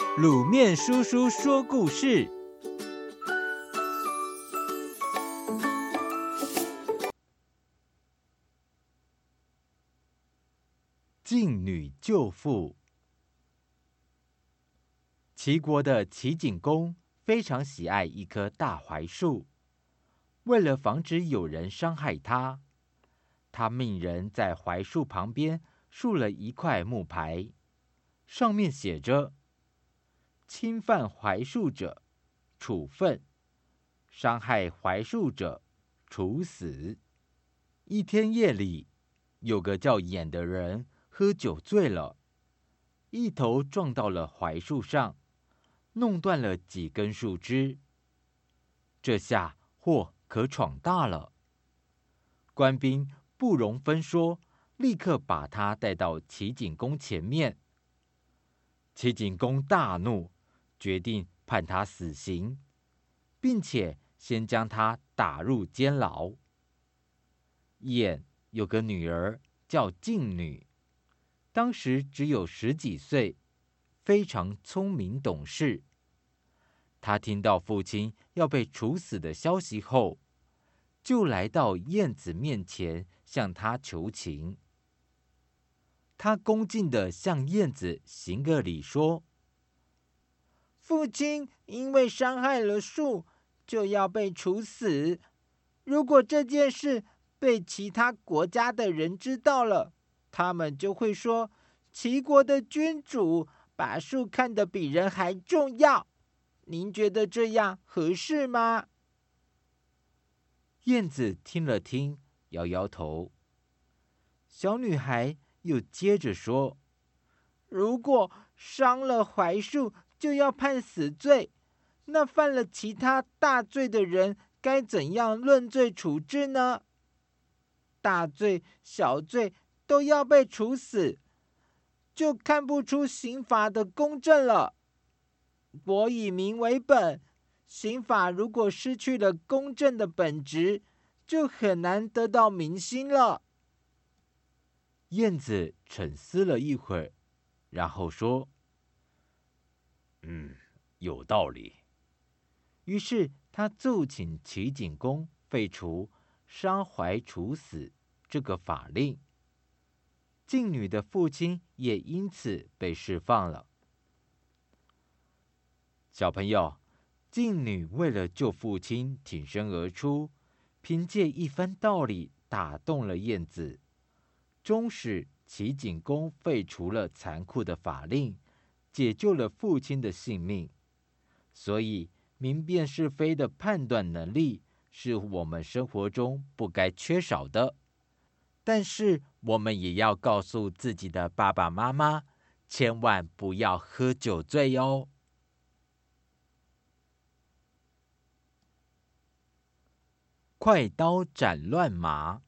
卤面叔叔说故事。靖女救父。齐国的齐景公非常喜爱一棵大槐树，为了防止有人伤害他，他命人在槐树旁边竖了一块木牌，上面写着：侵犯槐树者，处分；伤害槐树者，处死。一天夜里，有个叫偃的人喝酒醉了，一头撞到了槐树上，弄断了几根树枝。这下祸可闯大了。官兵不容分说，立刻把他带到齐景公前面。齐景公大怒，决定判他死刑，并且先将他打入监牢。偃有个女儿叫靖女，当时只有10几岁，非常聪明懂事。她听到父亲要被处死的消息后，就来到晏子面前向他求情。他恭敬地向晏子行个礼，说： 父亲因为伤害了树，就要被处死。如果这件事被其他国家的人知道了，他们就会说齐国的君主把树看得比人还重要。您觉得这样合适吗？ 晏子听了听，摇摇头。小女孩又接着说： 如果伤了槐树就要判死罪，那犯了其他大罪的人该怎样论罪处置呢？大罪、小罪都要被处死，就看不出刑法的公正了。国以民为本，刑法如果失去了公正的本质，就很难得到民心了。 晏子沉思了一会儿，然后说：有道理。于是他奏请齐景公废除伤槐处死这个法令，靖女的父亲也因此被释放了。小朋友，靖女为了救父亲挺身而出，凭借一番道理打动了晏子，终使齐景公废除了残酷的法令，解救了父亲的性命。所以明辨是非的判断能力是我们生活中不该缺少的。但是我们也要告诉自己的爸爸妈妈，千万不要喝酒醉哦。快刀斩乱麻。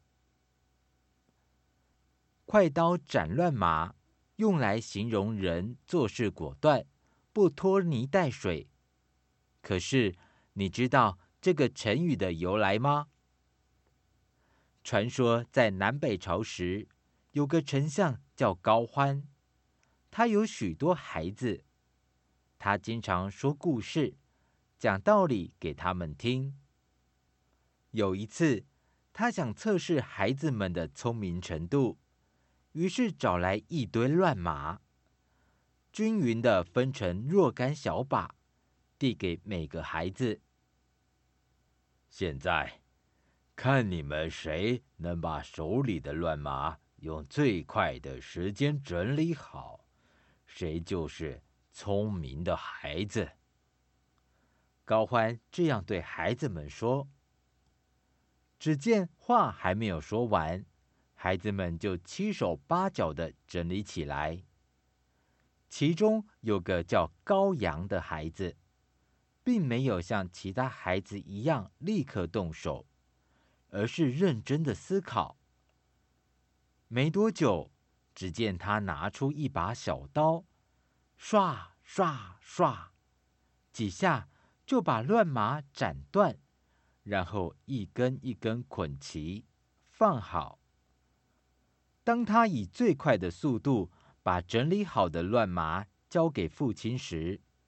快刀斩乱麻，用来形容人做事果断，不拖泥带水。可是，你知道这个成语的由来吗？传说在南北朝时，有个丞相叫高欢，他有许多孩子，他经常说故事，讲道理给他们听。有一次，他想测试孩子们的聪明程度，于是找来一堆乱麻，均匀地分成若干小把，递给每个孩子。现在，看你们谁能把手里的乱麻用最快的时间整理好，谁就是聪明的孩子。高欢这样对孩子们说。只见话还没有说完，孩子们就七手八脚地整理起来。其中有个叫高阳的孩子，并没有像其他孩子一样立刻动手，而是认真的思考。没多久，只见他拿出一把小刀，刷刷刷，几下就把乱麻斩断，然后一根一根捆齐，放好。当他以最快的速度把整理好的乱麻交给父亲时，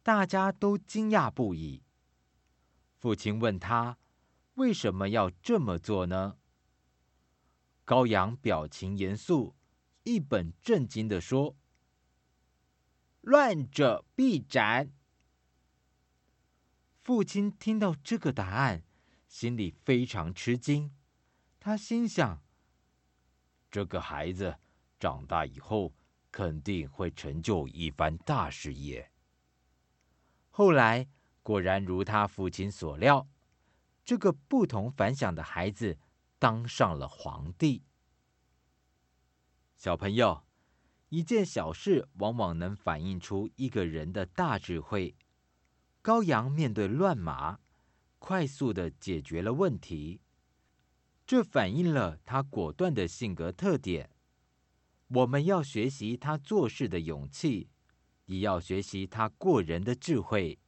大家都惊讶不已。父亲问他为什么要这么做呢？羔羊表情严肃，一本正经地说：“ 乱者必斩。” 父亲听到这个答案，心里非常吃惊。他心想：这个孩子长大以后肯定会成就一番大事业。后来果然如他父亲所料，这个不同凡响的孩子当上了皇帝。小朋友，一件小事往往能反映出一个人的大智慧。羔羊面对乱麻，快速地解决了问题，这反映了他果断的性格特点。我们要学习他做事的勇气，也要学习他过人的智慧。